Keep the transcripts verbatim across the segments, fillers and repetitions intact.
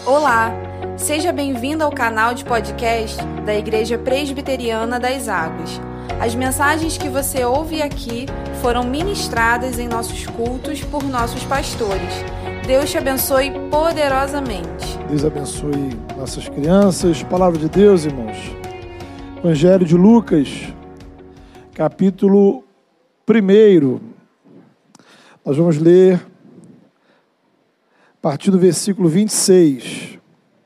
Olá, seja bem-vindo ao canal de podcast da Igreja Presbiteriana das Águas. As mensagens que você ouve aqui foram ministradas em nossos cultos por nossos pastores. Deus te abençoe poderosamente. Deus abençoe nossas crianças. Palavra de Deus, irmãos. Evangelho de Lucas, capítulo primeiro. Nós vamos ler a partir do versículo vinte e seis.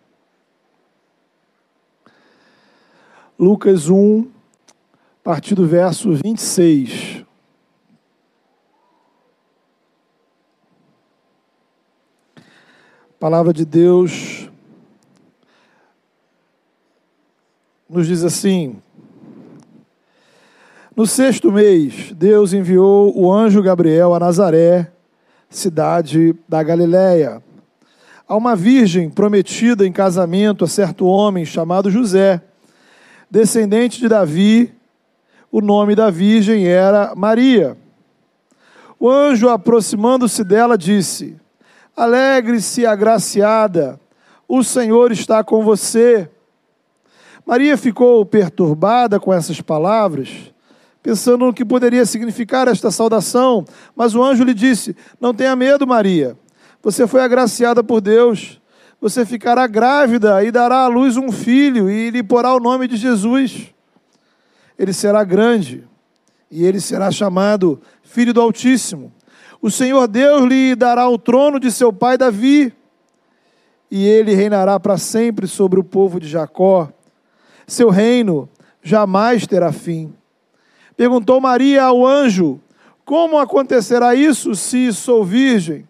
Lucas um, a partir do verso vinte e seis. A palavra de Deus nos diz assim: no sexto mês, Deus enviou o anjo Gabriel a Nazaré, cidade da Galileia, a uma virgem prometida em casamento a certo homem chamado José, descendente de Davi. O nome da virgem era Maria. O anjo, aproximando-se dela, disse: alegre-se, agraciada, o Senhor está com você. Maria ficou perturbada com essas palavras, pensando no que poderia significar esta saudação, mas o anjo lhe disse: não tenha medo, Maria, você foi agraciada por Deus, você ficará grávida e dará à luz um filho e lhe porá o nome de Jesus. Ele será grande e ele será chamado Filho do Altíssimo. O Senhor Deus lhe dará o trono de seu pai Davi e ele reinará para sempre sobre o povo de Jacó. Seu reino jamais terá fim. Perguntou Maria ao anjo: como acontecerá isso se sou virgem?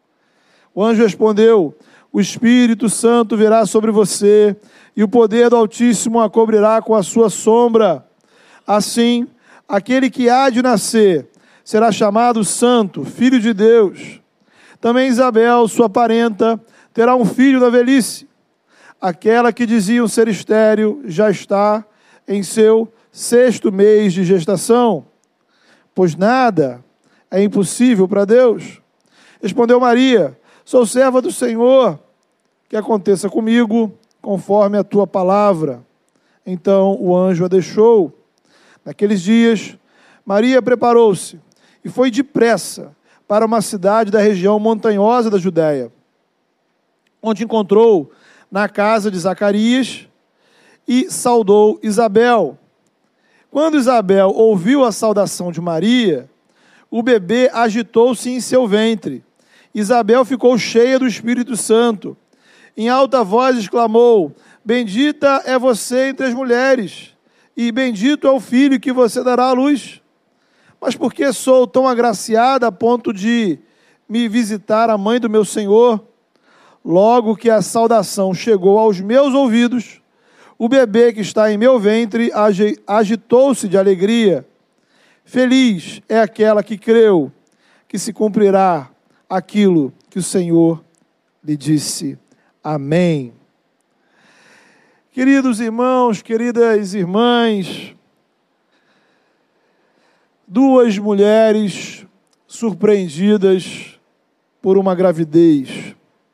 O anjo respondeu: o Espírito Santo virá sobre você e o poder do Altíssimo a cobrirá com a sua sombra. Assim, aquele que há de nascer será chamado Santo, Filho de Deus. Também Isabel, sua parenta, terá um filho na velhice. Aquela que diziam ser estéril já está em seu sexto mês de gestação, pois nada é impossível para Deus. Respondeu Maria: sou serva do Senhor, que aconteça comigo conforme a tua palavra. Então o anjo a deixou. Naqueles dias, Maria preparou-se e foi depressa para uma cidade da região montanhosa da Judéia, onde encontrou na casa de Zacarias e saudou Isabel. Quando Isabel ouviu a saudação de Maria, o bebê agitou-se em seu ventre. Isabel ficou cheia do Espírito Santo. Em alta voz exclamou: bendita é você entre as mulheres, e bendito é o filho que você dará à luz. Mas por que sou tão agraciada a ponto de me visitar a mãe do meu Senhor? Logo que a saudação chegou aos meus ouvidos, o bebê que está em meu ventre agitou-se de alegria. Feliz é aquela que creu que se cumprirá aquilo que o Senhor lhe disse. Amém. Queridos irmãos, queridas irmãs, duas mulheres surpreendidas por uma gravidez.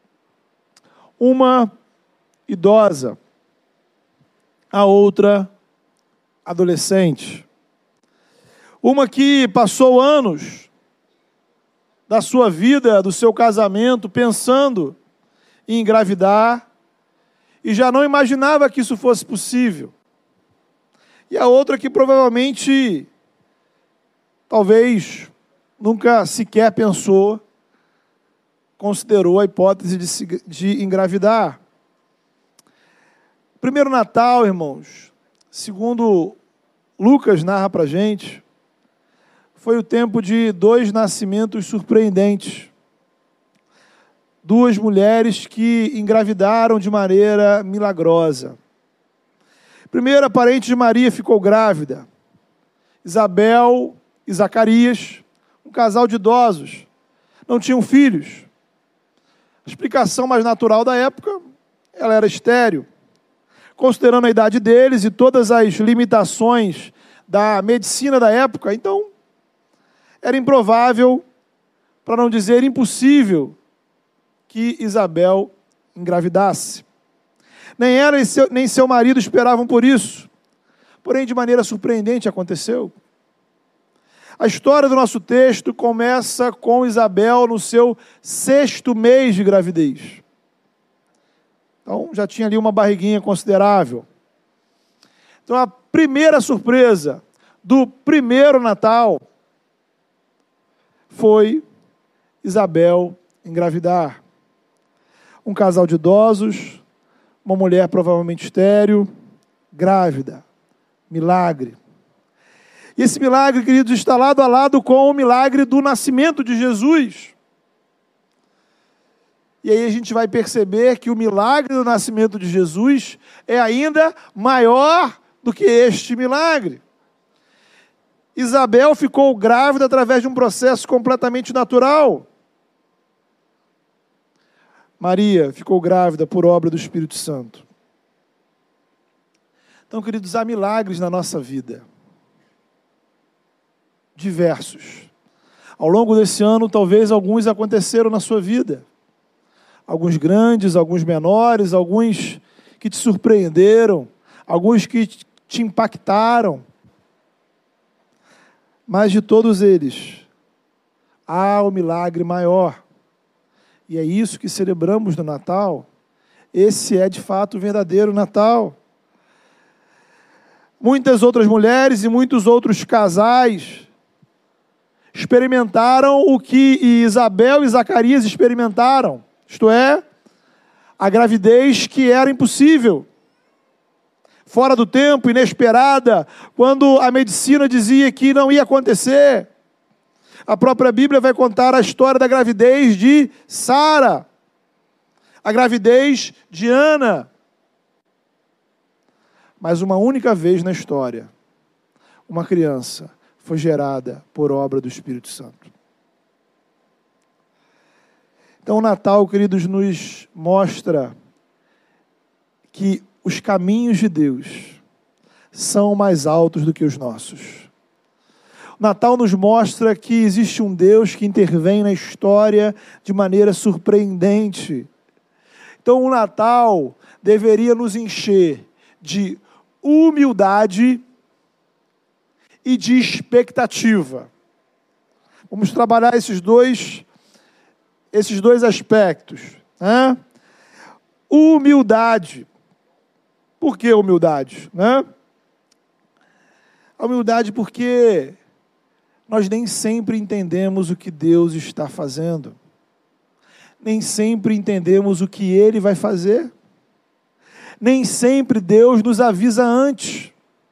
Uma idosa, a outra adolescente. Uma que passou anos da sua vida, do seu casamento, pensando em engravidar e já não imaginava que isso fosse possível. E a outra que provavelmente, talvez, nunca sequer pensou, considerou a hipótese de, se, de engravidar. Primeiro Natal, irmãos, segundo Lucas narra para a gente, foi o tempo de dois nascimentos surpreendentes. Duas mulheres que engravidaram de maneira milagrosa. Primeiro, a parente de Maria ficou grávida. Isabel e Zacarias, um casal de idosos, não tinham filhos. A explicação mais natural da época, ela era estéril. Considerando a idade deles e todas as limitações da medicina da época, então, era improvável, para não dizer impossível, que Isabel engravidasse. Nem ela e seu, nem seu marido esperavam por isso. Porém, de maneira surpreendente aconteceu. A história do nosso texto começa com Isabel no seu sexto mês de gravidez. Então, já tinha ali uma barriguinha considerável. Então, a primeira surpresa do primeiro Natal foi Isabel engravidar. Um casal de idosos, uma mulher provavelmente estéril, grávida. Milagre. E esse milagre, queridos, está lado a lado com o milagre do nascimento de Jesus. E aí a gente vai perceber que o milagre do nascimento de Jesus é ainda maior do que este milagre. Isabel ficou grávida através de um processo completamente natural. Maria ficou grávida por obra do Espírito Santo. Então, queridos, há milagres na nossa vida. Diversos. Ao longo desse ano, talvez alguns aconteceram na sua vida. Alguns grandes, alguns menores, alguns que te surpreenderam, alguns que te impactaram. Mas de todos eles, há o milagre maior. E é isso que celebramos no Natal. Esse é, de fato, o verdadeiro Natal. Muitas outras mulheres e muitos outros casais experimentaram o que Isabel e Zacarias experimentaram. Isto é, a gravidez que era impossível. Fora do tempo, inesperada, quando a medicina dizia que não ia acontecer. A própria Bíblia vai contar a história da gravidez de Sara, a gravidez de Ana. Mas uma única vez na história, uma criança foi gerada por obra do Espírito Santo. Então o Natal, queridos, nos mostra que os caminhos de Deus são mais altos do que os nossos. O Natal nos mostra que existe um Deus que intervém na história de maneira surpreendente. Então o Natal deveria nos encher de humildade e de expectativa. Vamos trabalhar esses dois, esses dois aspectos. Né? Humildade. Por que humildade? Né? A humildade porque nós nem sempre entendemos o que Deus está fazendo. Nem sempre entendemos o que Ele vai fazer. Nem sempre Deus nos avisa antes.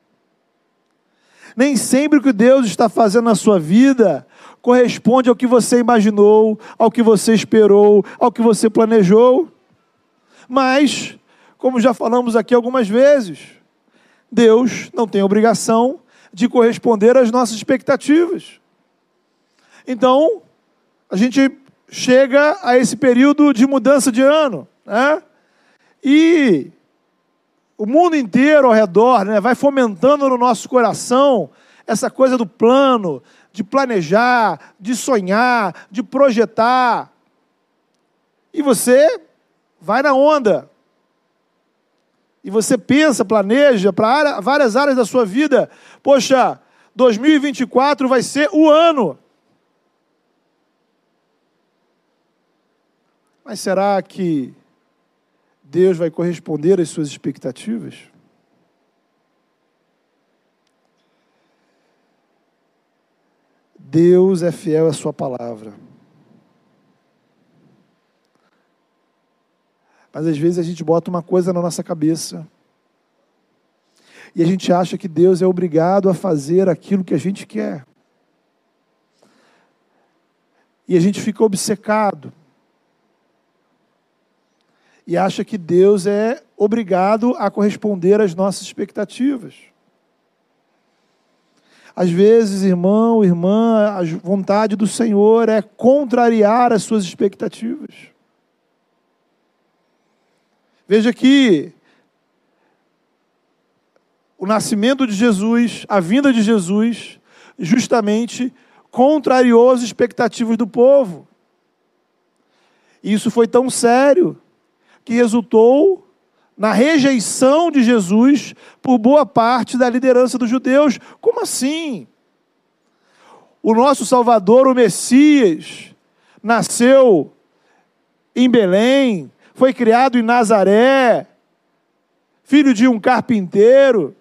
Nem sempre o que Deus está fazendo na sua vida corresponde ao que você imaginou, ao que você esperou, ao que você planejou. Mas, como já falamos aqui algumas vezes, Deus não tem obrigação de corresponder às nossas expectativas. Então, a gente chega a esse período de mudança de ano, né? E o mundo inteiro ao redor, né, vai fomentando no nosso coração essa coisa do plano, de planejar, de sonhar, de projetar. E você vai na onda. E você pensa, planeja para várias áreas da sua vida. Poxa, dois mil e vinte e quatro vai ser o ano. Mas será que Deus vai corresponder às suas expectativas? Deus é fiel à sua palavra. Mas às vezes a gente bota uma coisa na nossa cabeça e a gente acha que Deus é obrigado a fazer aquilo que a gente quer. E a gente fica obcecado. E acha que Deus é obrigado a corresponder às nossas expectativas. Às vezes, irmão, irmã, a vontade do Senhor é contrariar as suas expectativas. Veja que o nascimento de Jesus, a vinda de Jesus, justamente contrariou as expectativas do povo. E isso foi tão sério que resultou na rejeição de Jesus por boa parte da liderança dos judeus. Como assim? O nosso Salvador, o Messias, nasceu em Belém, foi criado em Nazaré, filho de um carpinteiro.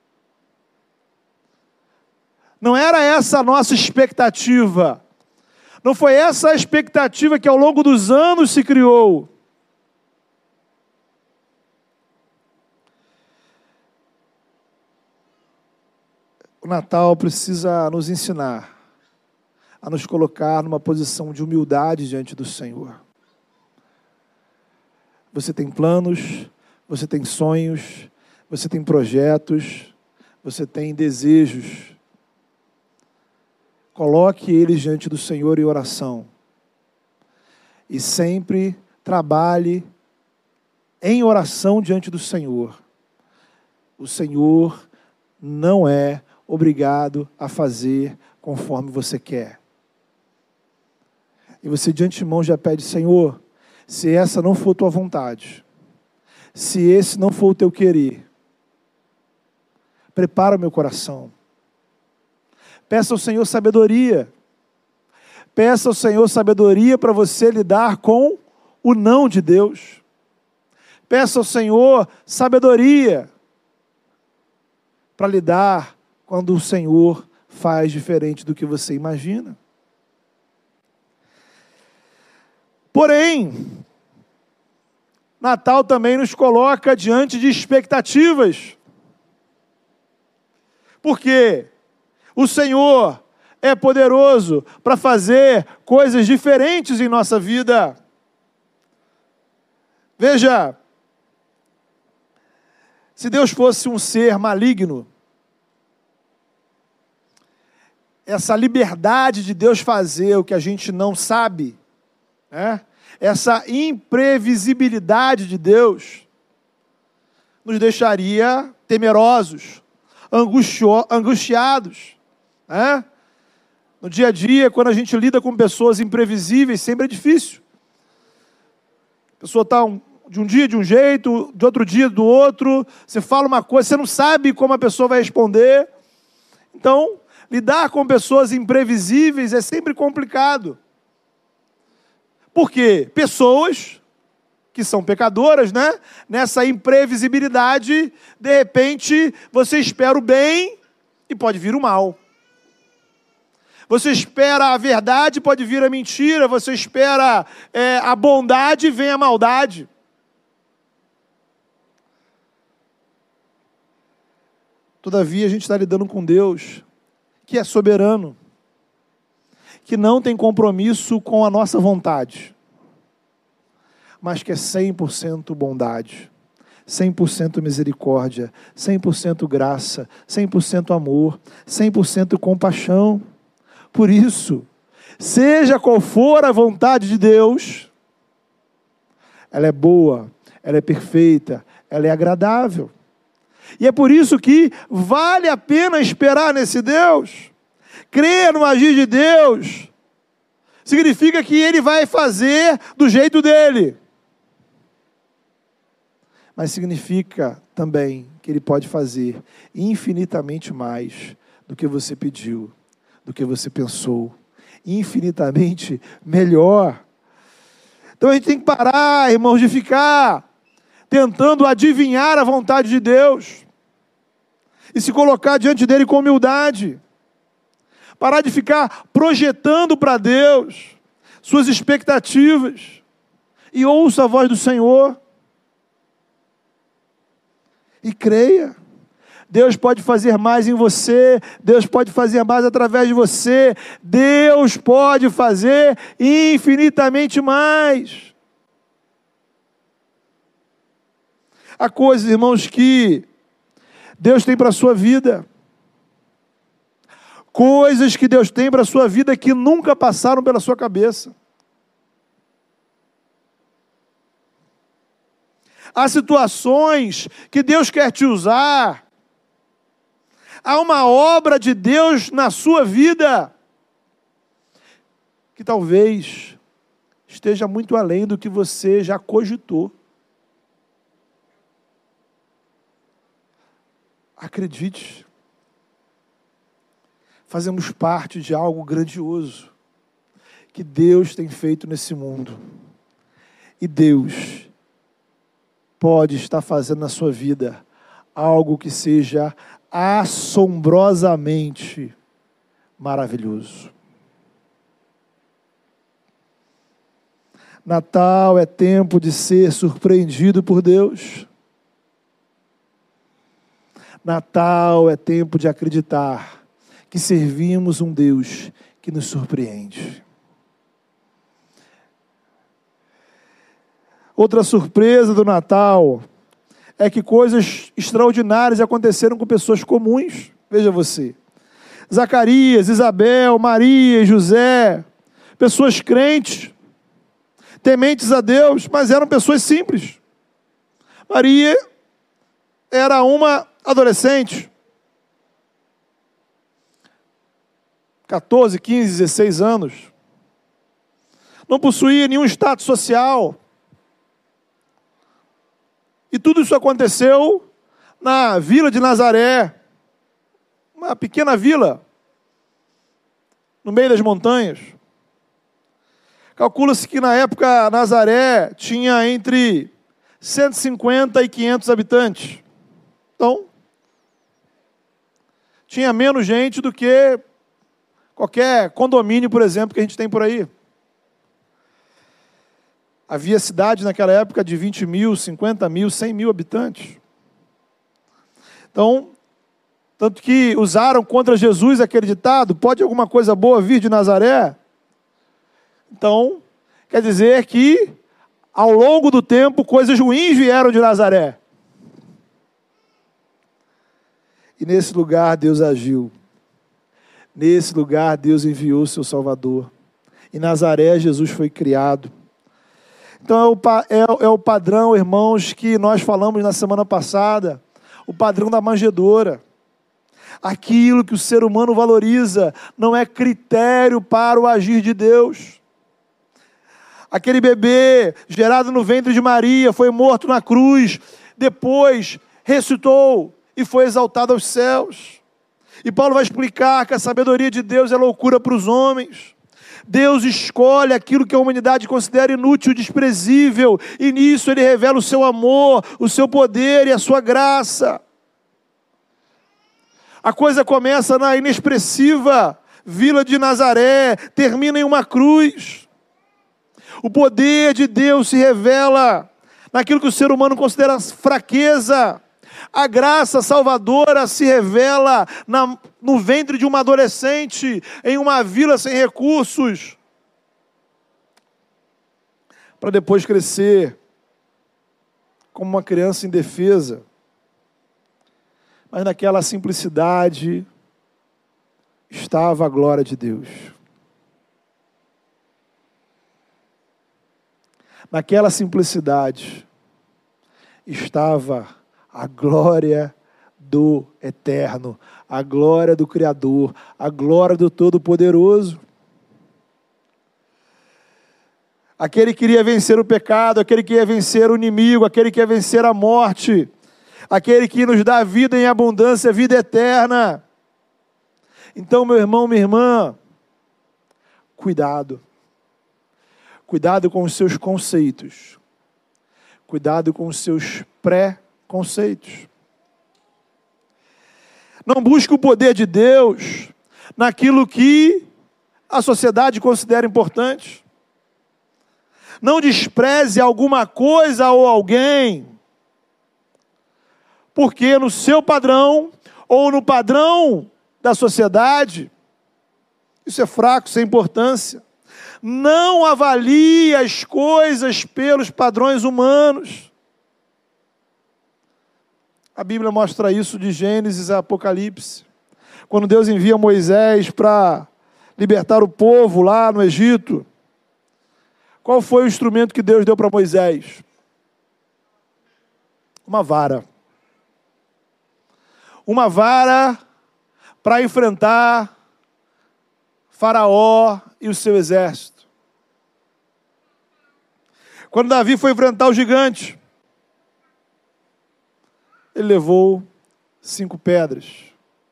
Não era essa a nossa expectativa. Não foi essa a expectativa que ao longo dos anos se criou. O Natal precisa nos ensinar a nos colocar numa posição de humildade diante do Senhor. Você tem planos, você tem sonhos, você tem projetos, você tem desejos. Coloque eles diante do Senhor em oração. E sempre trabalhe em oração diante do Senhor. O Senhor não é obrigado a fazer conforme você quer. E você de antemão já pede: Senhor, se essa não for tua vontade, se esse não for o teu querer, prepara o meu coração. Peça ao Senhor sabedoria. Peça ao Senhor sabedoria para você lidar com o não de Deus. Peça ao Senhor sabedoria para lidar quando o Senhor faz diferente do que você imagina. Porém, Natal também nos coloca diante de expectativas. Por quê? O Senhor é poderoso para fazer coisas diferentes em nossa vida. Veja, se Deus fosse um ser maligno, essa liberdade de Deus fazer o que a gente não sabe, né? Essa imprevisibilidade de Deus, nos deixaria temerosos, angustio, angustiados. É? No dia a dia, quando a gente lida com pessoas imprevisíveis, sempre é difícil. A pessoa está um, de um dia de um jeito, de outro dia do outro, você fala uma coisa, você não sabe como a pessoa vai responder. Então, lidar com pessoas imprevisíveis é sempre complicado. Por quê? Pessoas que são pecadoras, né? Nessa imprevisibilidade, de repente, você espera o bem e pode vir o mal. Você espera a verdade, pode vir a mentira. Você espera é, a bondade, vem a maldade. Todavia, a gente está lidando com Deus, que é soberano, que não tem compromisso com a nossa vontade, mas que é cem por cento bondade, cem por cento misericórdia, cem por cento graça, cem por cento amor, cem por cento compaixão. Por isso, seja qual for a vontade de Deus, ela é boa, ela é perfeita, ela é agradável. E é por isso que vale a pena esperar nesse Deus. Crer no agir de Deus significa que Ele vai fazer do jeito dEle. Mas significa também que Ele pode fazer infinitamente mais do que você pediu, do que você pensou, infinitamente melhor. Então a gente tem que parar, irmãos, de ficar tentando adivinhar a vontade de Deus e se colocar diante dele com humildade. Parar de ficar projetando para Deus suas expectativas e ouça a voz do Senhor e creia. Deus pode fazer mais em você, Deus pode fazer mais através de você, Deus pode fazer infinitamente mais. Há coisas, irmãos, que Deus tem para a sua vida, coisas que Deus tem para a sua vida que nunca passaram pela sua cabeça. Há situações que Deus quer te usar. Há uma obra de Deus na sua vida que talvez esteja muito além do que você já cogitou. Acredite. Fazemos parte de algo grandioso que Deus tem feito nesse mundo. E Deus pode estar fazendo na sua vida algo que seja assombrosamente maravilhoso. Natal é tempo de ser surpreendido por Deus. Natal é tempo de acreditar que servimos um Deus que nos surpreende. Outra surpresa do Natal é que coisas extraordinárias aconteceram com pessoas comuns. Veja você. Zacarias, Isabel, Maria e José, pessoas crentes, tementes a Deus, mas eram pessoas simples. Maria era uma adolescente, catorze, quinze, dezesseis anos, não possuía nenhum status social, e tudo isso aconteceu na vila de Nazaré, uma pequena vila, no meio das montanhas. Calcula-se que na época Nazaré tinha entre cento e cinquenta e quinhentos habitantes. Então, tinha menos gente do que qualquer condomínio, por exemplo, que a gente tem por aí. Havia cidade naquela época de vinte mil, cinquenta mil, cem mil habitantes. Então, tanto que usaram contra Jesus aquele ditado, pode alguma coisa boa vir de Nazaré? Então, quer dizer que, ao longo do tempo, coisas ruins vieram de Nazaré. E nesse lugar Deus agiu. Nesse lugar Deus enviou o seu Salvador. Em Nazaré Jesus foi criado. Então é o, é, é o padrão, irmãos, que nós falamos na semana passada. O padrão da manjedoura. Aquilo que o ser humano valoriza não é critério para o agir de Deus. Aquele bebê gerado no ventre de Maria foi morto na cruz, depois ressuscitou e foi exaltado aos céus. E Paulo vai explicar que a sabedoria de Deus é loucura para os homens. Deus escolhe aquilo que a humanidade considera inútil, desprezível, e nisso Ele revela o seu amor, o seu poder e a sua graça. A coisa começa na inexpressiva vila de Nazaré, termina em uma cruz. O poder de Deus se revela naquilo que o ser humano considera fraqueza. A graça salvadora se revela na, no ventre de uma adolescente, em uma vila sem recursos, para depois crescer como uma criança indefesa. Mas naquela simplicidade estava a glória de Deus. Naquela simplicidade estava a glória do Eterno, a glória do Criador, a glória do Todo-Poderoso. Aquele que queria vencer o pecado, aquele que ia vencer o inimigo, aquele que ia vencer a morte, aquele que nos dá vida em abundância, vida eterna. Então, meu irmão, minha irmã, cuidado. Cuidado com os seus conceitos. Cuidado com os seus pré-conceitos. Não busque o poder de Deus naquilo que a sociedade considera importante. Não despreze alguma coisa ou alguém, porque no seu padrão ou no padrão da sociedade, isso é fraco, sem importância. Não avalie as coisas pelos padrões humanos. A Bíblia mostra isso de Gênesis a Apocalipse. Quando Deus envia Moisés para libertar o povo lá no Egito, qual foi o instrumento que Deus deu para Moisés? Uma vara. Uma vara para enfrentar Faraó e o seu exército. Quando Davi foi enfrentar o gigante, ele levou cinco pedras.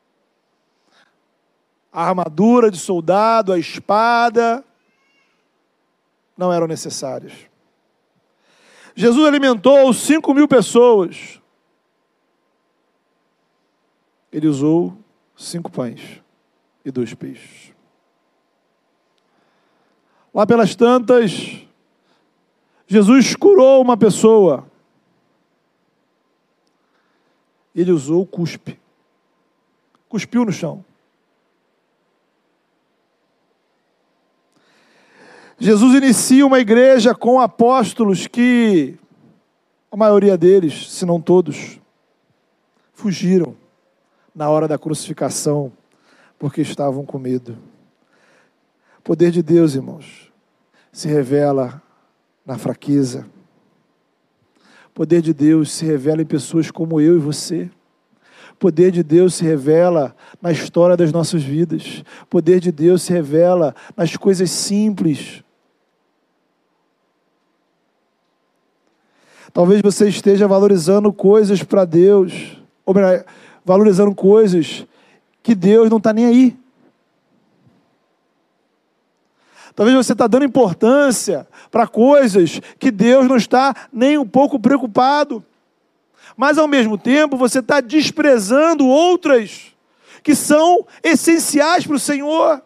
A armadura de soldado, a espada, não eram necessárias. Jesus alimentou cinco mil pessoas. Ele usou cinco pães e dois peixes. Lá pelas tantas, Jesus curou uma pessoa. Ele usou o cuspe. Cuspiu no chão. Jesus inicia uma igreja com apóstolos que, a maioria deles, se não todos, fugiram na hora da crucificação, porque estavam com medo. O poder de Deus, irmãos, se revela na fraqueza. O poder de Deus se revela em pessoas como eu e você. O poder de Deus se revela na história das nossas vidas. O poder de Deus se revela nas coisas simples. Talvez você esteja valorizando coisas para Deus, ou melhor, valorizando coisas que Deus não está nem aí. Talvez você está dando importância para coisas que Deus não está nem um pouco preocupado. Mas, ao mesmo tempo, você está desprezando outras que são essenciais para o Senhor.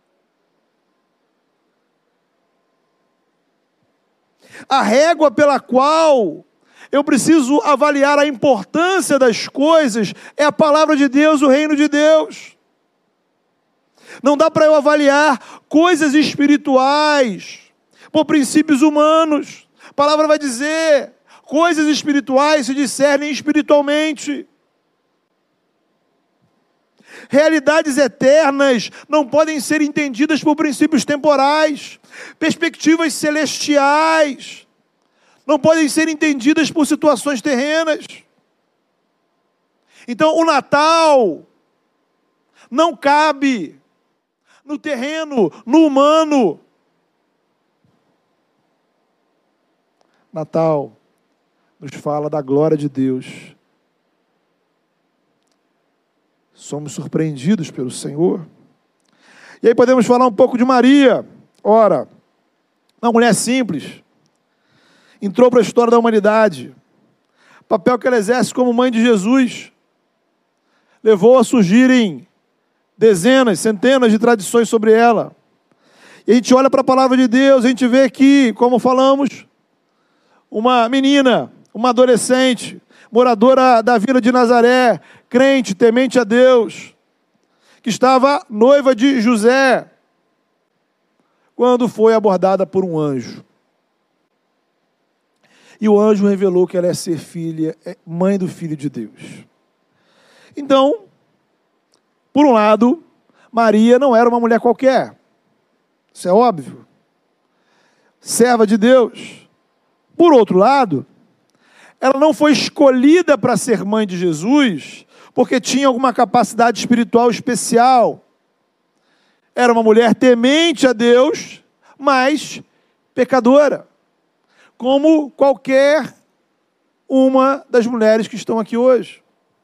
A régua pela qual eu preciso avaliar a importância das coisas é a palavra de Deus, o reino de Deus. Não dá para eu avaliar coisas espirituais por princípios humanos. A palavra vai dizer, coisas espirituais se discernem espiritualmente. Realidades eternas não podem ser entendidas por princípios temporais. Perspectivas celestiais não podem ser entendidas por situações terrenas. Então, o Natal não cabe no terreno, no humano. Natal nos fala da glória de Deus. Somos surpreendidos pelo Senhor. E aí podemos falar um pouco de Maria. Ora, uma mulher simples, entrou para a história da humanidade. O papel que ela exerce como mãe de Jesus levou a surgirem dezenas, centenas de tradições sobre ela. E a gente olha para a palavra de Deus, a gente vê que, como falamos, uma menina, uma adolescente, moradora da vila de Nazaré, crente, temente a Deus, que estava noiva de José, quando foi abordada por um anjo. E o anjo revelou que ela é ser filha, é mãe do Filho de Deus. Então, por um lado, Maria não era uma mulher qualquer. Isso é óbvio. Serva de Deus. Por outro lado, ela não foi escolhida para ser mãe de Jesus porque tinha alguma capacidade espiritual especial. Era uma mulher temente a Deus, mas pecadora, como qualquer uma das mulheres que estão aqui hoje.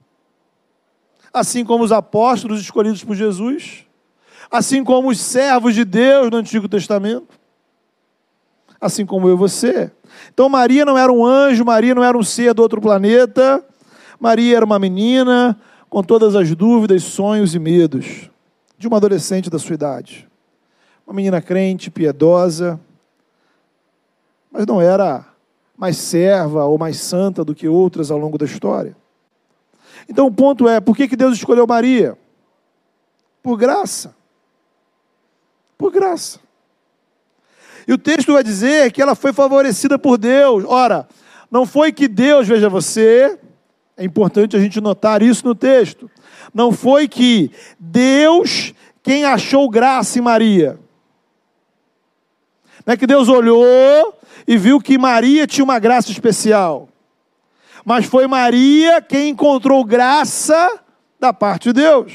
Assim como os apóstolos escolhidos por Jesus, assim como os servos de Deus no Antigo Testamento, assim como eu e você. Então Maria não era um anjo, Maria não era um ser do outro planeta, Maria era uma menina com todas as dúvidas, sonhos e medos de uma adolescente da sua idade. Uma menina crente, piedosa, mas não era mais serva ou mais santa do que outras ao longo da história. Então o ponto é, por que que Deus escolheu Maria? Por graça. Por graça. E o texto vai dizer que ela foi favorecida por Deus. Ora, não foi que Deus, veja você, é importante a gente notar isso no texto, não foi que Deus quem achou graça em Maria. Não é que Deus olhou e viu que Maria tinha uma graça especial. Mas foi Maria quem encontrou graça da parte de Deus.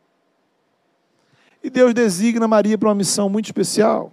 E Deus designa Maria para uma missão muito especial.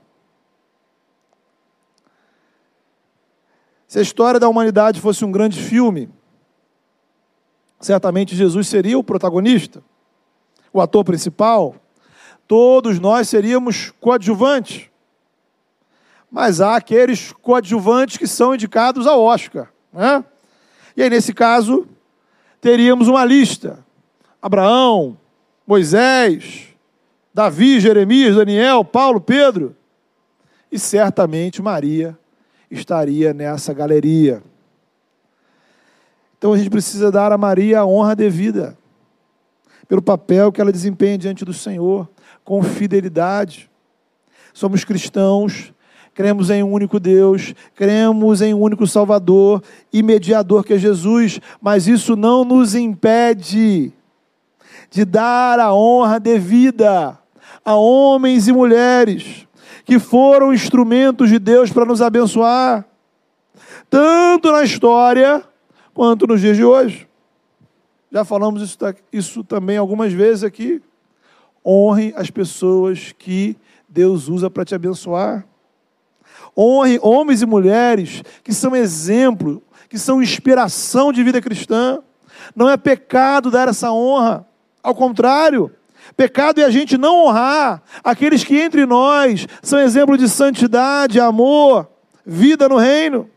Se a história da humanidade fosse um grande filme, certamente Jesus seria o protagonista, o ator principal. Todos nós seríamos coadjuvantes. Mas há aqueles coadjuvantes que são indicados ao Oscar, né? E aí, nesse caso, teríamos uma lista. Abraão, Moisés, Davi, Jeremias, Daniel, Paulo, Pedro. E certamente Maria estaria nessa galeria. Então a gente precisa dar a Maria a honra devida, pelo papel que ela desempenha diante do Senhor, com fidelidade. Somos cristãos, cremos em um único Deus, cremos em um único Salvador e mediador que é Jesus, mas isso não nos impede de dar a honra devida a homens e mulheres que foram instrumentos de Deus para nos abençoar, tanto na história quanto nos dias de hoje. Já falamos isso, isso também algumas vezes aqui. Honre as pessoas que Deus usa para te abençoar. Honre homens e mulheres que são exemplo, que são inspiração de vida cristã. Não é pecado dar essa honra. Ao contrário, pecado é a gente não honrar aqueles que entre nós são exemplo de santidade, amor, vida no reino.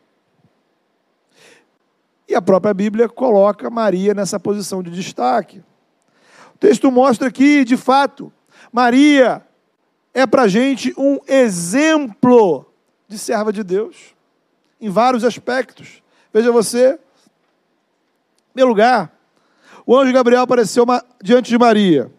E a própria Bíblia coloca Maria nessa posição de destaque. O texto mostra que, de fato, Maria é para a gente um exemplo de serva de Deus, em vários aspectos. Veja você, em primeiro lugar, o anjo Gabriel apareceu diante de Maria.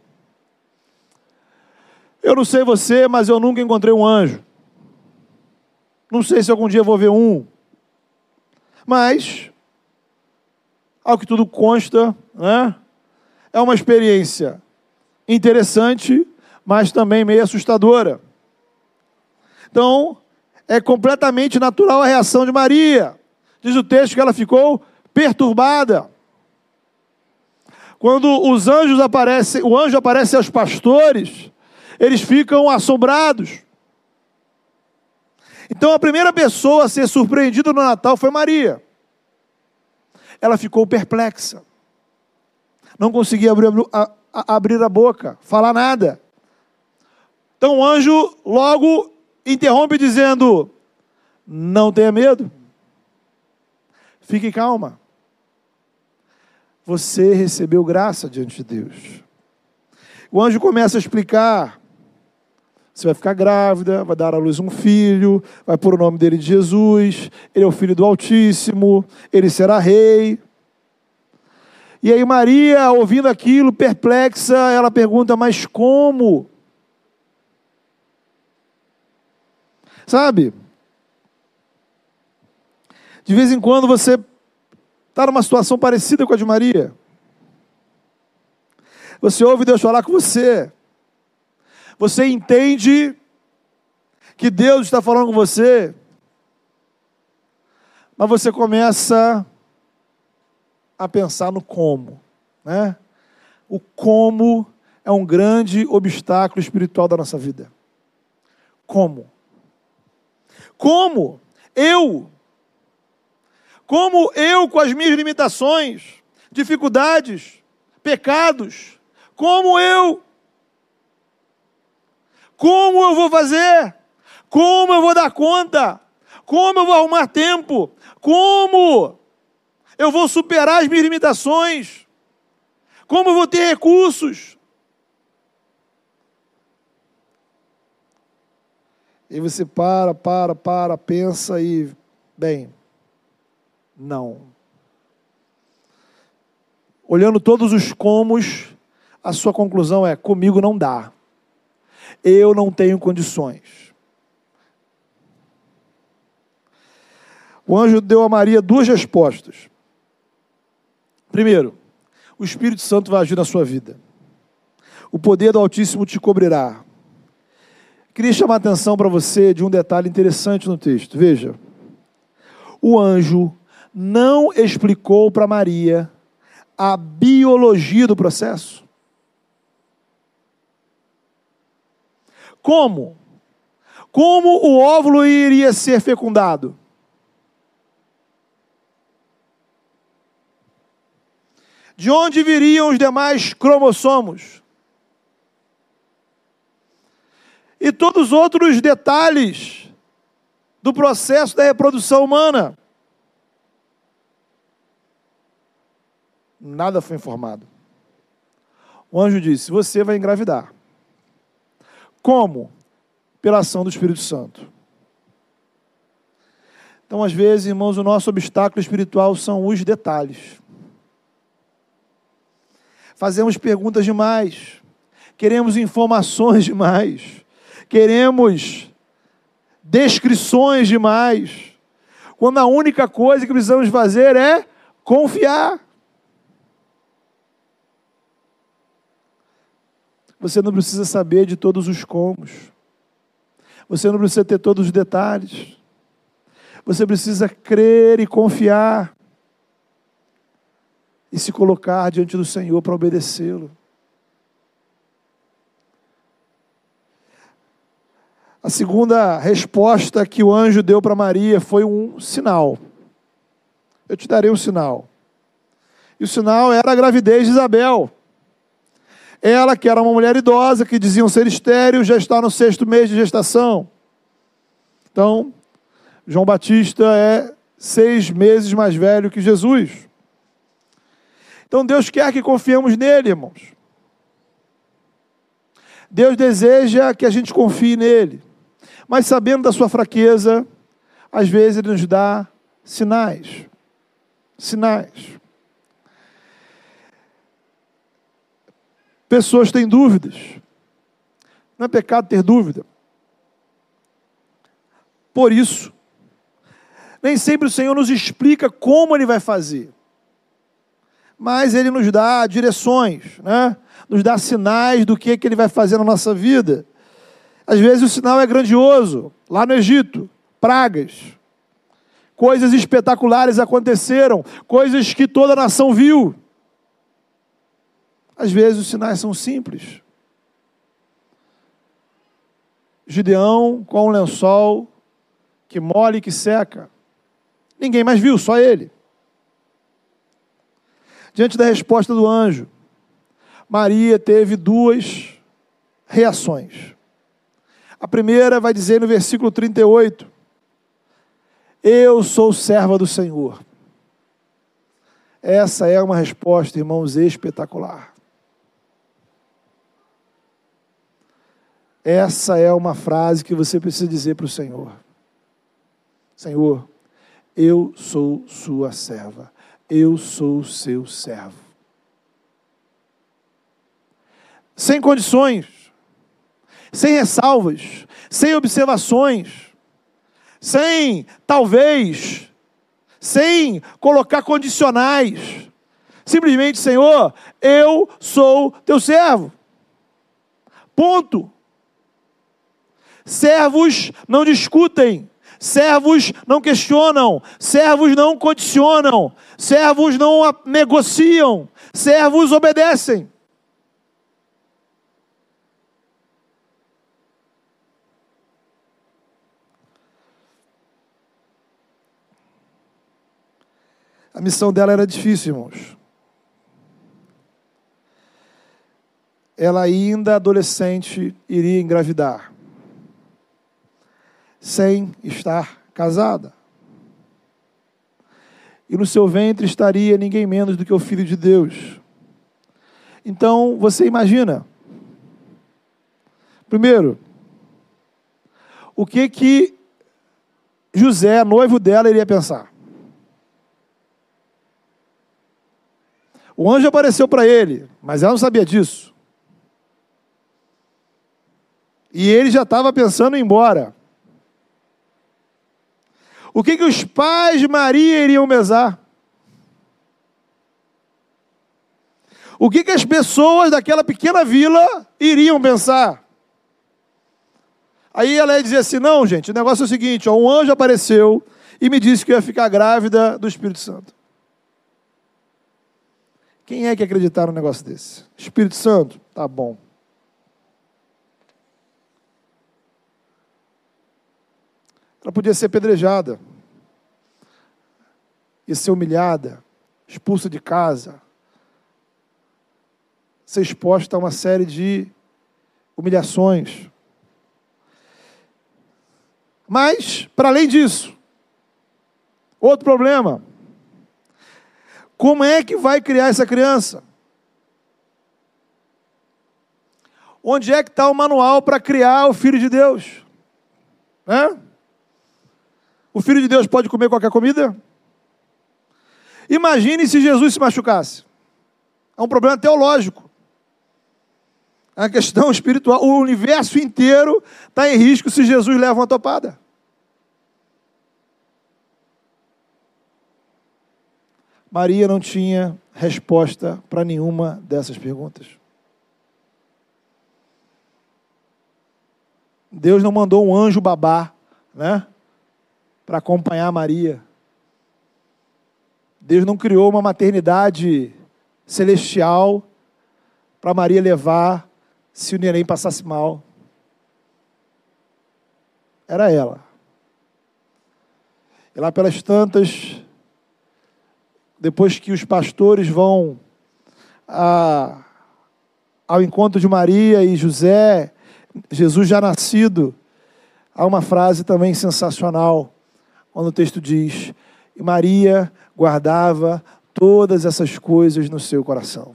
Eu não sei você, mas eu nunca encontrei um anjo. Não sei se algum dia eu vou ver um. Mas, ao que tudo consta, né, é uma experiência interessante, mas também meio assustadora. Então, é completamente natural a reação de Maria. Diz o texto que ela ficou perturbada. Quando os anjos aparecem, o anjo aparece aos pastores, eles ficam assombrados. Então, a primeira pessoa a ser surpreendida no Natal foi Maria. Ela ficou perplexa. Não conseguia abrir a, a, abrir a boca, falar nada. Então o anjo logo interrompe dizendo: não tenha medo. Fique calma. Você recebeu graça diante de Deus. O anjo começa a explicar. Você vai ficar grávida, vai dar à luz um filho, vai pôr o nome dele de Jesus, ele é o Filho do Altíssimo, ele será rei. E aí Maria, ouvindo aquilo, perplexa, ela pergunta: mas como? Sabe? De vez em quando você está numa situação parecida com a de Maria. Você ouve Deus falar com você. Você entende que Deus está falando com você, mas você começa a pensar no como, né? O como é um grande obstáculo espiritual da nossa vida. Como? Como eu, como eu com as minhas limitações, dificuldades, pecados, como eu Como eu vou fazer? Como eu vou dar conta? Como eu vou arrumar tempo? Como eu vou superar as minhas limitações? Como eu vou ter recursos? E você para, para, para, pensa e, bem, não. Olhando todos os comos, a sua conclusão é: comigo não dá. Eu não tenho condições. O anjo deu a Maria duas respostas. Primeiro, o Espírito Santo vai agir na sua vida. O poder do Altíssimo te cobrirá. Queria chamar a atenção para você de um detalhe interessante no texto. Veja, o anjo não explicou para Maria a biologia do processo. Como? Como o óvulo iria ser fecundado? De onde viriam os demais cromossomos? E todos os outros detalhes do processo da reprodução humana. Nada foi informado. O anjo disse: você vai engravidar. Como? Pela ação do Espírito Santo. Então, às vezes, irmãos, o nosso obstáculo espiritual são os detalhes. Fazemos perguntas demais. Queremos informações demais. Queremos descrições demais. Quando a única coisa que precisamos fazer é confiar. Você não precisa saber de todos os comos. Você não precisa ter todos os detalhes. Você precisa crer e confiar. E se colocar diante do Senhor para obedecê-lo. A segunda resposta que o anjo deu para Maria foi um sinal. Eu te darei um sinal. E o sinal era a gravidez de Isabel. Ela, que era uma mulher idosa, que diziam ser estéril, já está no sexto mês de gestação. Então, João Batista é seis meses mais velho que Jesus. Então, Deus quer que confiemos nele, irmãos. Deus deseja que a gente confie nele. Mas sabendo da sua fraqueza, às vezes ele nos dá sinais. Sinais. Pessoas têm dúvidas. Não é pecado ter dúvida. Por isso, nem sempre o Senhor nos explica como Ele vai fazer. Mas Ele nos dá direções, né? Nos dá sinais do que, que Ele vai fazer na nossa vida. Às vezes o sinal é grandioso. Lá no Egito, pragas. Coisas espetaculares aconteceram. Coisas que toda a nação viu. Às vezes os sinais são simples. Gideão com um lençol que molha e que seca. Ninguém mais viu, só ele. Diante da resposta do anjo, Maria teve duas reações. A primeira vai dizer no versículo trinta e oito, eu sou serva do Senhor. Essa é uma resposta, irmãos, espetacular. Essa é uma frase que você precisa dizer para o Senhor. Senhor, eu sou sua serva. Eu sou seu servo. Sem condições, sem ressalvas, sem observações, sem, talvez, sem colocar condicionais. Simplesmente, Senhor, eu sou teu servo. Ponto. Servos não discutem, servos não questionam, servos não condicionam, servos não negociam, servos obedecem. A missão dela era difícil, irmãos. Ela ainda adolescente iria engravidar, sem estar casada. E no seu ventre estaria ninguém menos do que o Filho de Deus. Então, você imagina, primeiro, o que que José, noivo dela, iria pensar? O anjo apareceu para ele, mas ela não sabia disso. E ele já estava pensando em ir embora. O que que os pais de Maria iriam pensar? O que que as pessoas daquela pequena vila iriam pensar? Aí ela ia dizer assim, não, gente, o negócio é o seguinte, ó, um anjo apareceu e me disse que eu ia ficar grávida do Espírito Santo. Quem é que acreditar num negócio desse? Espírito Santo? Tá bom. Ela podia ser apedrejada, ia ser humilhada, expulsa de casa, ser exposta a uma série de humilhações. Mas, para além disso, outro problema. Como é que vai criar essa criança? Onde é que está o manual para criar o Filho de Deus? Né? O Filho de Deus pode comer qualquer comida? Imagine se Jesus se machucasse. É um problema teológico. É uma questão espiritual. O universo inteiro está em risco se Jesus leva uma topada. Maria não tinha resposta para nenhuma dessas perguntas. Deus não mandou um anjo babá, né, para acompanhar Maria. Deus não criou uma maternidade celestial para Maria levar se o neném passasse mal. Era ela. E lá pelas tantas, depois que os pastores vão a, ao encontro de Maria e José, Jesus já nascido, há uma frase também sensacional, quando o texto diz: e Maria guardava todas essas coisas no seu coração.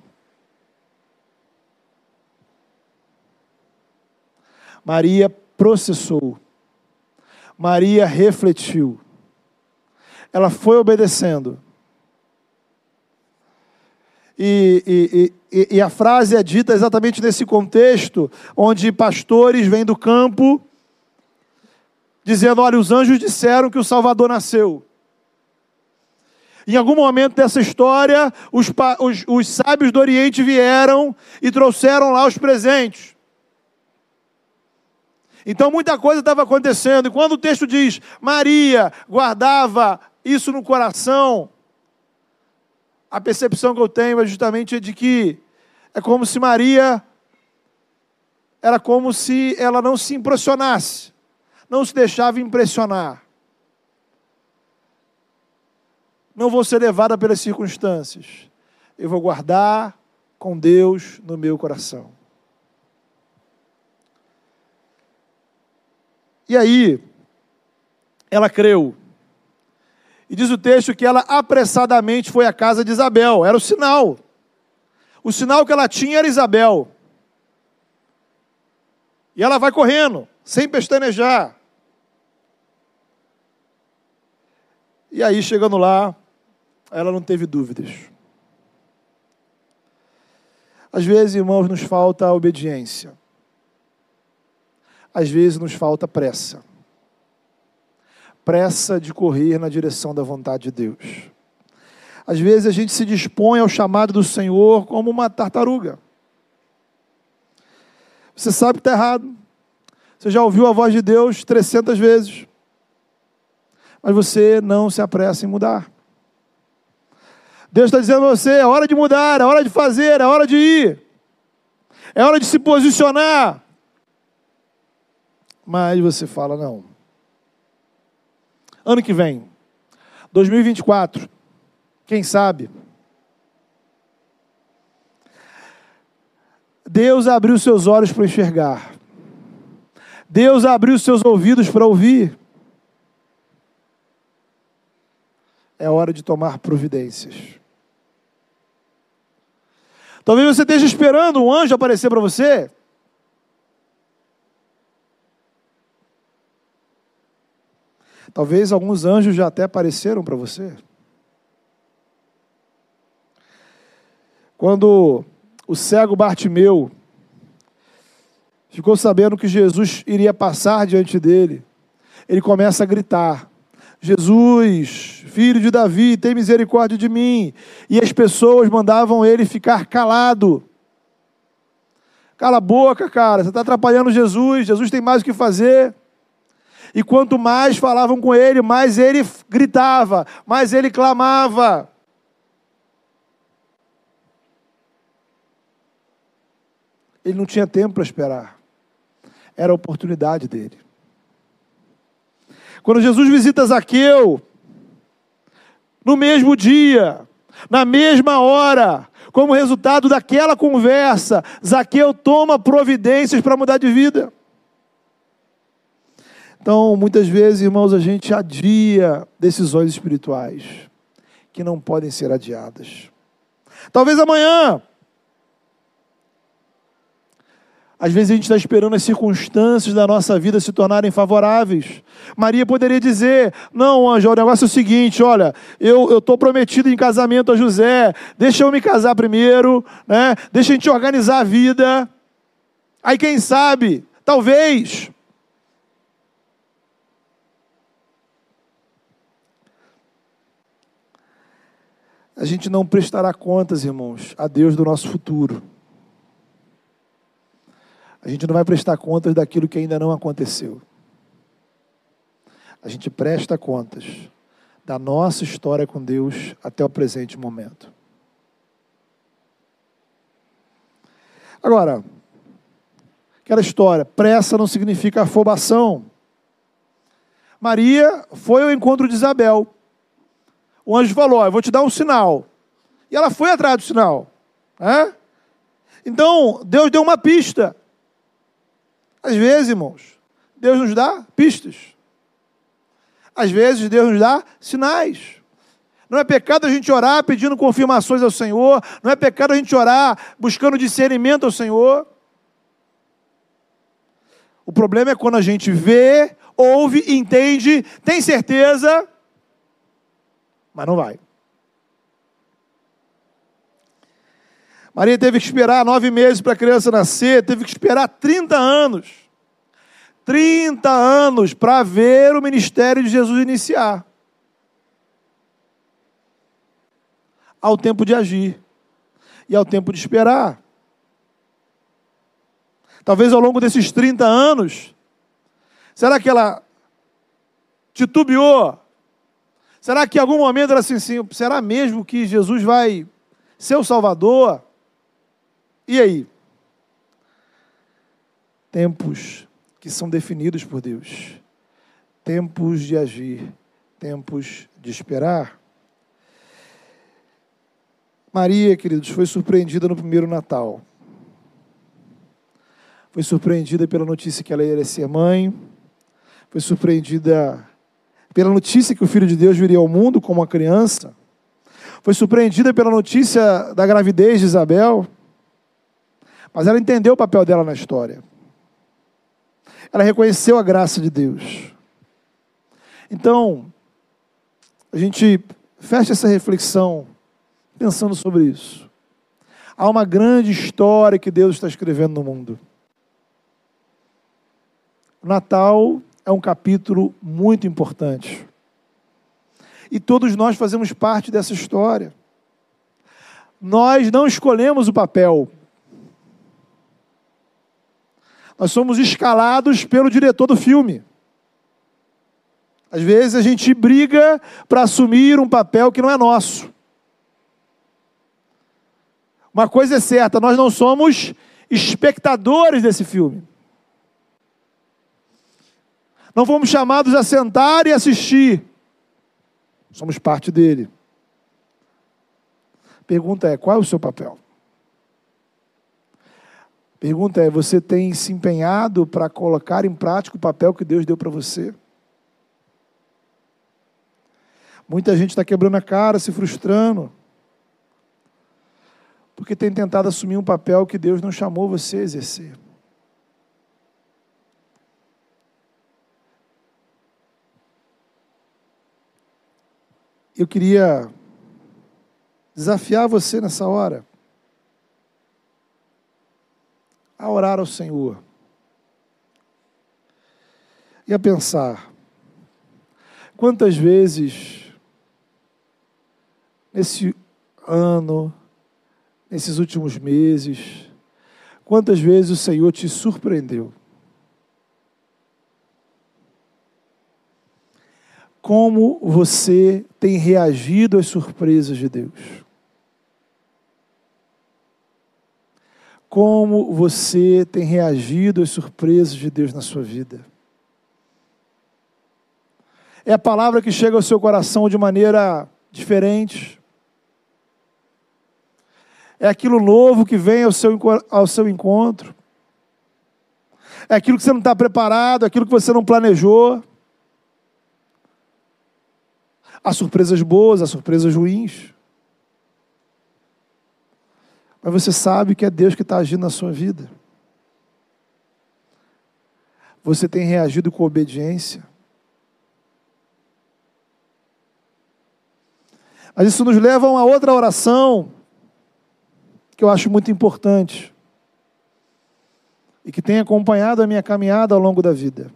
Maria processou. Maria refletiu. Ela foi obedecendo. E, e, e, e a frase é dita exatamente nesse contexto, onde pastores vêm do campo, dizendo: olha, os anjos disseram que o Salvador nasceu. Em algum momento dessa história, os, os, os sábios do Oriente vieram e trouxeram lá os presentes. Então muita coisa estava acontecendo. E quando o texto diz, Maria guardava isso no coração, a percepção que eu tenho é justamente de que é como se Maria, era como se ela não se impressionasse, não se deixava impressionar. Não vou ser levada pelas circunstâncias. Eu vou guardar com Deus no meu coração. E aí, ela creu. E diz o texto que ela apressadamente foi à casa de Isabel. Era o sinal. O sinal que ela tinha era Isabel. E ela vai correndo, sem pestanejar. E aí, chegando lá, ela não teve dúvidas. Às vezes, irmãos, nos falta obediência. Às vezes nos falta pressa. Pressa de correr na direção da vontade de Deus. Às vezes a gente se dispõe ao chamado do Senhor como uma tartaruga. Você sabe que está errado. Você já ouviu a voz de Deus trezentas vezes. Mas você não se apressa em mudar. Deus está dizendo a você, é hora de mudar, é hora de fazer, é hora de ir. É hora de se posicionar. Mas você fala, não. Ano que vem, dois mil e vinte e quatro, quem sabe? Deus abriu seus olhos para enxergar. Deus abriu seus ouvidos para ouvir. É hora de tomar providências. Talvez você esteja esperando um anjo aparecer para você. Talvez alguns anjos já até apareceram para você. Quando o cego Bartimeu ficou sabendo que Jesus iria passar diante dele, ele começa a gritar, Jesus, filho de Davi, tem misericórdia de mim. E as pessoas mandavam ele ficar calado. Cala a boca, cara, você está atrapalhando Jesus, Jesus tem mais o que fazer. E quanto mais falavam com ele, mais ele gritava, mais ele clamava. Ele não tinha tempo para esperar. Era a oportunidade dele. Quando Jesus visita Zaqueu, no mesmo dia, na mesma hora, como resultado daquela conversa, Zaqueu toma providências para mudar de vida. Então, muitas vezes, irmãos, a gente adia decisões espirituais que não podem ser adiadas. Talvez amanhã. Às vezes a gente está esperando as circunstâncias da nossa vida se tornarem favoráveis. Maria poderia dizer, não, anjo, o negócio é o seguinte, olha, eu estou prometido em casamento a José, deixa eu me casar primeiro, né? Deixa a gente organizar a vida. Aí quem sabe, talvez... A gente não prestará contas, irmãos, a Deus do nosso futuro. A gente não vai prestar contas daquilo que ainda não aconteceu. A gente presta contas da nossa história com Deus até o presente momento. Agora, aquela história, pressa não significa afobação. Maria foi ao encontro de Isabel. O anjo falou, ó, eu vou te dar um sinal. E ela foi atrás do sinal. Né? Então, Deus deu uma pista. Às vezes, irmãos, Deus nos dá pistas. Às vezes, Deus nos dá sinais. Não é pecado a gente orar pedindo confirmações ao Senhor. Não é pecado a gente orar buscando discernimento ao Senhor. O problema é quando a gente vê, ouve, entende, tem certeza... mas não vai. Maria teve que esperar nove meses para a criança nascer, teve que esperar trinta anos. trinta anos para ver o ministério de Jesus iniciar. Ao tempo de agir. E ao tempo de esperar. Talvez ao longo desses trinta anos, será que ela titubeou? Será que em algum momento ela assim, assim, será mesmo que Jesus vai ser o Salvador? E aí? Tempos que são definidos por Deus. Tempos de agir. Tempos de esperar. Maria, queridos, foi surpreendida no primeiro Natal. Foi surpreendida pela notícia que ela ia ser mãe. Foi surpreendida... pela notícia que o Filho de Deus viria ao mundo como uma criança. Foi surpreendida pela notícia da gravidez de Isabel. Mas ela entendeu o papel dela na história. Ela reconheceu a graça de Deus. Então, a gente fecha essa reflexão pensando sobre isso. Há uma grande história que Deus está escrevendo no mundo. O Natal é um capítulo muito importante. E todos nós fazemos parte dessa história. Nós não escolhemos o papel. Nós somos escalados pelo diretor do filme. Às vezes a gente briga para assumir um papel que não é nosso. Uma coisa é certa, nós não somos espectadores desse filme. Não fomos chamados a sentar e assistir. Somos parte dele. Pergunta é, qual é o seu papel? Pergunta é, você tem se empenhado para colocar em prática o papel que Deus deu para você? Muita gente está quebrando a cara, se frustrando, porque tem tentado assumir um papel que Deus não chamou você a exercer. Eu queria desafiar você nessa hora a orar ao Senhor e a pensar quantas vezes nesse ano, nesses últimos meses, quantas vezes o Senhor te surpreendeu. Como você tem reagido às surpresas de Deus? Como você tem reagido às surpresas de Deus na sua vida? É a palavra que chega ao seu coração de maneira diferente? É aquilo novo que vem ao seu, ao seu encontro. É aquilo que você não está preparado, é aquilo que você não planejou. Há surpresas boas, há surpresas ruins. Mas você sabe que é Deus que está agindo na sua vida. Você tem reagido com obediência. Mas isso nos leva a uma outra oração, que eu acho muito importante, e que tem acompanhado a minha caminhada ao longo da vida.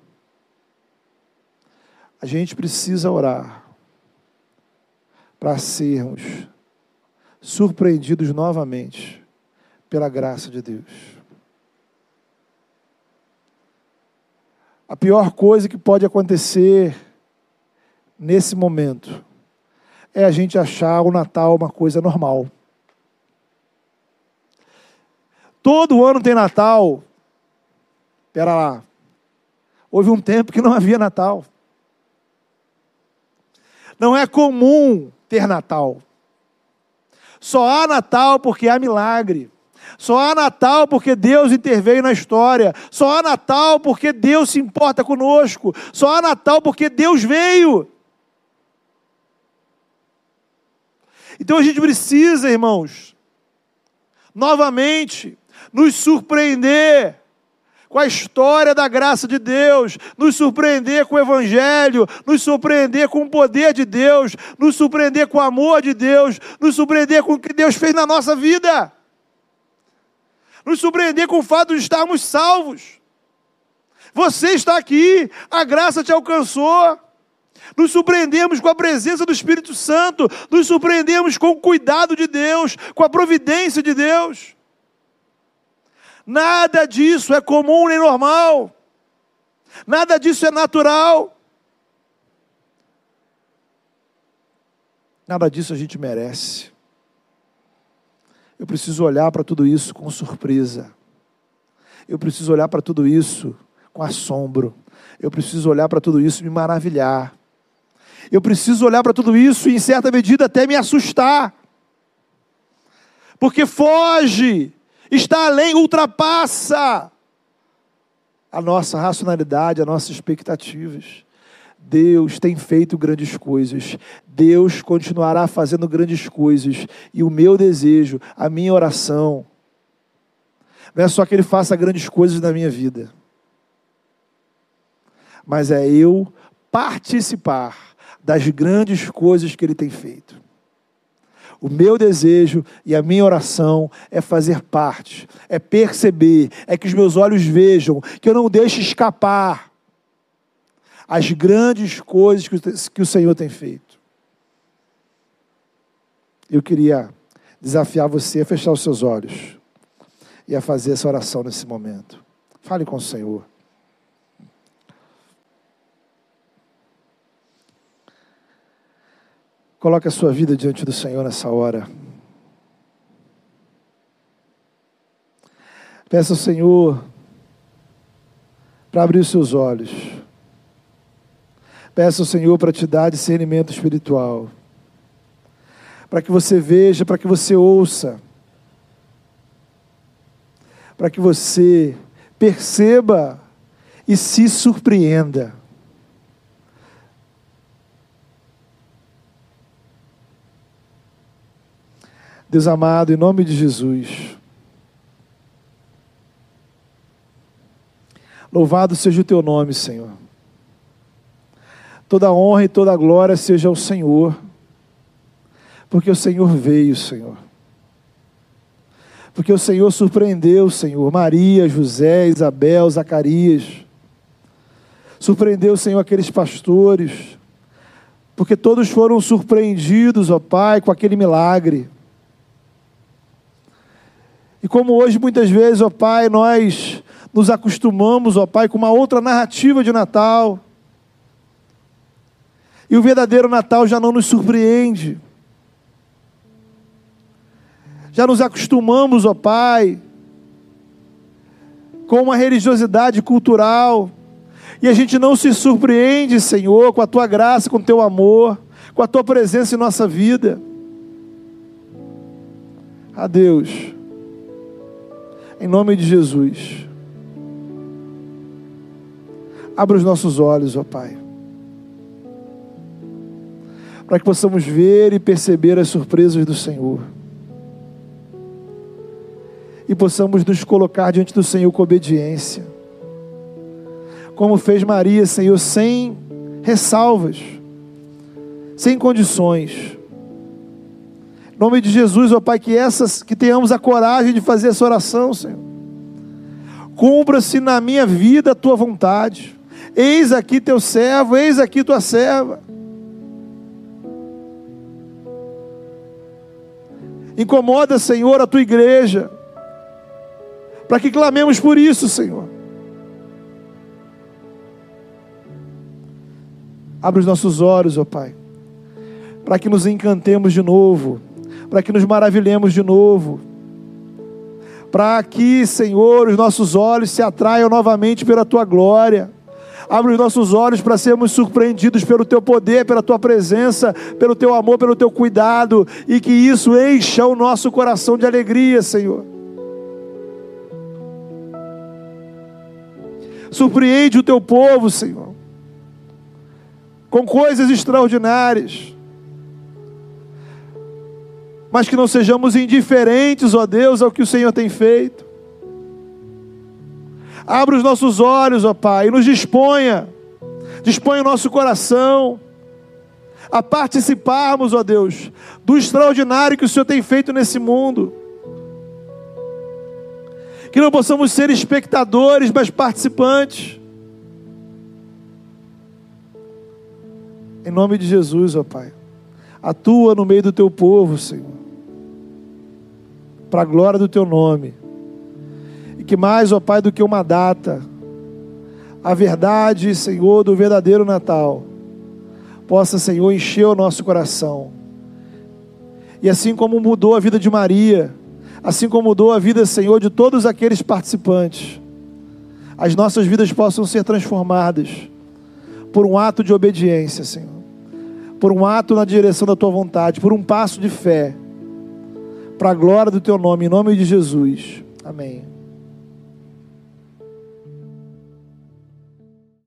A gente precisa orar para sermos surpreendidos novamente pela graça de Deus. A pior coisa que pode acontecer nesse momento é a gente achar o Natal uma coisa normal. Todo ano tem Natal. Espera lá. Houve um tempo que não havia Natal. Não é comum ter Natal. Só há Natal porque há milagre. Só há Natal porque Deus interveio na história. Só há Natal porque Deus se importa conosco. Só há Natal porque Deus veio. Então a gente precisa, irmãos, novamente, nos surpreender com a história da graça de Deus, nos surpreender com o Evangelho, nos surpreender com o poder de Deus, nos surpreender com o amor de Deus, nos surpreender com o que Deus fez na nossa vida, nos surpreender com o fato de estarmos salvos. Você está aqui, a graça te alcançou. Nos surpreendemos com a presença do Espírito Santo, nos surpreendemos com o cuidado de Deus, com a providência de Deus. Nada disso é comum nem normal. Nada disso é natural. Nada disso a gente merece. Eu preciso olhar para tudo isso com surpresa. Eu preciso olhar para tudo isso com assombro. Eu preciso olhar para tudo isso e me maravilhar. Eu preciso olhar para tudo isso e, em certa medida, até me assustar. Porque foge, está além, ultrapassa a nossa racionalidade, as nossas expectativas. Deus tem feito grandes coisas. Deus continuará fazendo grandes coisas. E o meu desejo, a minha oração, não é só que Ele faça grandes coisas na minha vida, mas é eu participar das grandes coisas que Ele tem feito. O meu desejo e a minha oração é fazer parte, é perceber, é que os meus olhos vejam, que eu não deixe escapar as grandes coisas que o Senhor tem feito. Eu queria desafiar você a fechar os seus olhos e a fazer essa oração nesse momento. Fale com o Senhor. Coloque a sua vida diante do Senhor nessa hora. Peça ao Senhor para abrir os seus olhos. Peça ao Senhor para te dar discernimento espiritual. Para que você veja, para que você ouça. Para que você perceba e se surpreenda. Deus amado, em nome de Jesus, louvado seja o Teu nome, Senhor. Toda honra e toda glória seja ao Senhor, porque o Senhor veio, Senhor. Porque o Senhor surpreendeu, Senhor, Maria, José, Isabel, Zacarias. Surpreendeu, Senhor, aqueles pastores, porque todos foram surpreendidos, ó Pai, com aquele milagre. E como hoje, muitas vezes, ó Pai, nós nos acostumamos, ó Pai, com uma outra narrativa de Natal. E o verdadeiro Natal já não nos surpreende. Já nos acostumamos, ó Pai, com uma religiosidade cultural. E a gente não se surpreende, Senhor, com a Tua graça, com o Teu amor, com a Tua presença em nossa vida. a Deus, em nome de Jesus, abra os nossos olhos, ó Pai, para que possamos ver e perceber as surpresas do Senhor, e possamos nos colocar diante do Senhor com obediência, como fez Maria, Senhor, sem ressalvas, sem condições. Em nome de Jesus, ó Pai, que, essas, que tenhamos a coragem de fazer essa oração, Senhor. Cumpra-se na minha vida a tua vontade. Eis aqui teu servo, eis aqui tua serva. Incomoda, Senhor, a tua igreja, para que clamemos por isso, Senhor. Abre os nossos olhos, ó Pai, para que nos encantemos de novo, para que nos maravilhemos de novo, para que, Senhor, os nossos olhos se atraiam novamente pela tua glória. Abre os nossos olhos para sermos surpreendidos pelo teu poder, pela tua presença, pelo teu amor, pelo teu cuidado, e que isso encha o nosso coração de alegria, Senhor. Surpreende o teu povo, Senhor, com coisas extraordinárias, mas que não sejamos indiferentes, ó Deus, ao que o Senhor tem feito. Abra os nossos olhos, ó Pai, e nos disponha, disponha o nosso coração a participarmos, ó Deus, do extraordinário que o Senhor tem feito nesse mundo. Que não possamos ser espectadores, mas participantes. Em nome de Jesus, ó Pai, atua no meio do teu povo, Senhor, para a glória do teu nome. E que mais, ó Pai, do que uma data, a verdade, Senhor, do verdadeiro Natal, possa, Senhor, encher o nosso coração. E assim como mudou a vida de Maria, assim como mudou a vida, Senhor, de todos aqueles participantes, as nossas vidas possam ser transformadas por um ato de obediência, Senhor, por um ato na direção da tua vontade, por um passo de fé, para a glória do teu nome, em nome de Jesus. Amém.